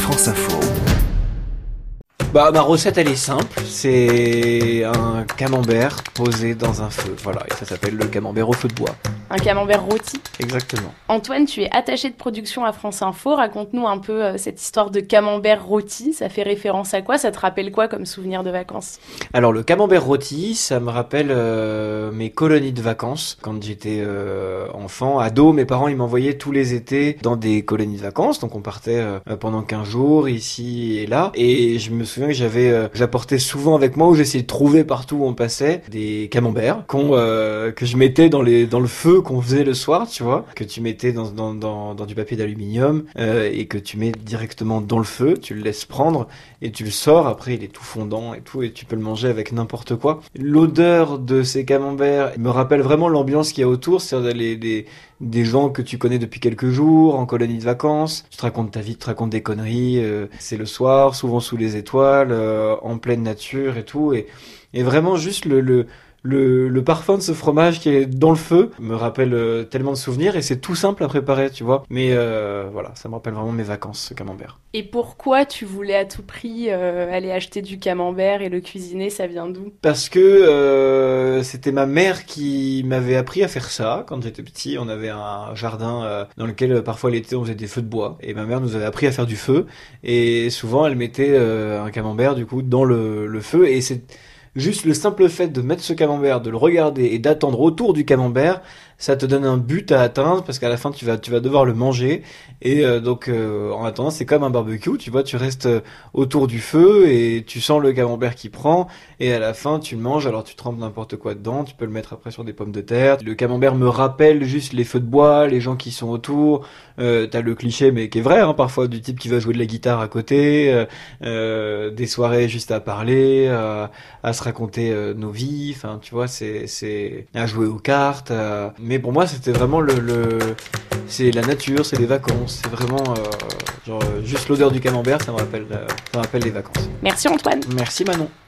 France Info. Ma recette elle est simple, c'est un camembert posé dans un feu, voilà, et ça s'appelle le camembert au feu de bois. Un camembert rôti. Exactement. Antoine, tu es attaché de production à France Info, raconte-nous un peu cette histoire de camembert rôti, ça fait référence à quoi? Ça te rappelle quoi comme souvenir de vacances? Alors le camembert rôti, ça me rappelle mes colonies de vacances. Quand j'étais enfant, ado, mes parents ils m'envoyaient tous les étés dans des colonies de vacances, donc on partait pendant 15 jours ici et là, et je me souviens que j'apportais souvent avec moi, où j'essayais de trouver partout où on passait, des camemberts que je mettais dans le feu qu'on faisait le soir, tu vois, que tu mettais dans du papier d'aluminium et que tu mets directement dans le feu, tu le laisses prendre et tu le sors, après il est tout fondant et tout, et tu peux le manger avec n'importe quoi. L'odeur de ces camemberts me rappelle vraiment l'ambiance qu'il y a autour, c'est-à-dire des gens que tu connais depuis quelques jours, en colonie de vacances, tu te racontes ta vie, tu te racontes des conneries, c'est le soir, souvent sous les étoiles, en pleine nature et tout, et vraiment juste le parfum de ce fromage qui est dans le feu me rappelle tellement de souvenirs, et c'est tout simple à préparer, tu vois. Mais voilà, ça me rappelle vraiment mes vacances, ce camembert. Et pourquoi tu voulais à tout prix aller acheter du camembert et le cuisiner, ça vient d'où? Parce que c'était ma mère qui m'avait appris à faire ça. Quand j'étais petit, on avait un jardin dans lequel parfois l'été on faisait des feux de bois. Et ma mère nous avait appris à faire du feu. Et souvent elle mettait un camembert du coup dans le feu. Et c'est juste le simple fait de mettre ce camembert, de le regarder et d'attendre autour du camembert, ça te donne un but à atteindre, parce qu'à la fin tu vas devoir le manger. Et donc en attendant, c'est comme un barbecue, tu vois, tu restes autour du feu et tu sens le camembert qui prend, et à la fin tu le manges. Alors tu trempes n'importe quoi dedans, tu peux le mettre après sur des pommes de terre. Le camembert me rappelle juste les feux de bois, les gens qui sont autour. T'as le cliché, mais qui est vrai, hein, parfois, du type qui va jouer de la guitare à côté, des soirées juste à parler, à se raconter nos vies, enfin tu vois, c'est à jouer aux cartes, mais pour moi c'était vraiment c'est la nature, c'est les vacances, c'est vraiment juste l'odeur du camembert, ça me rappelle les vacances. Merci Antoine. Merci Manon.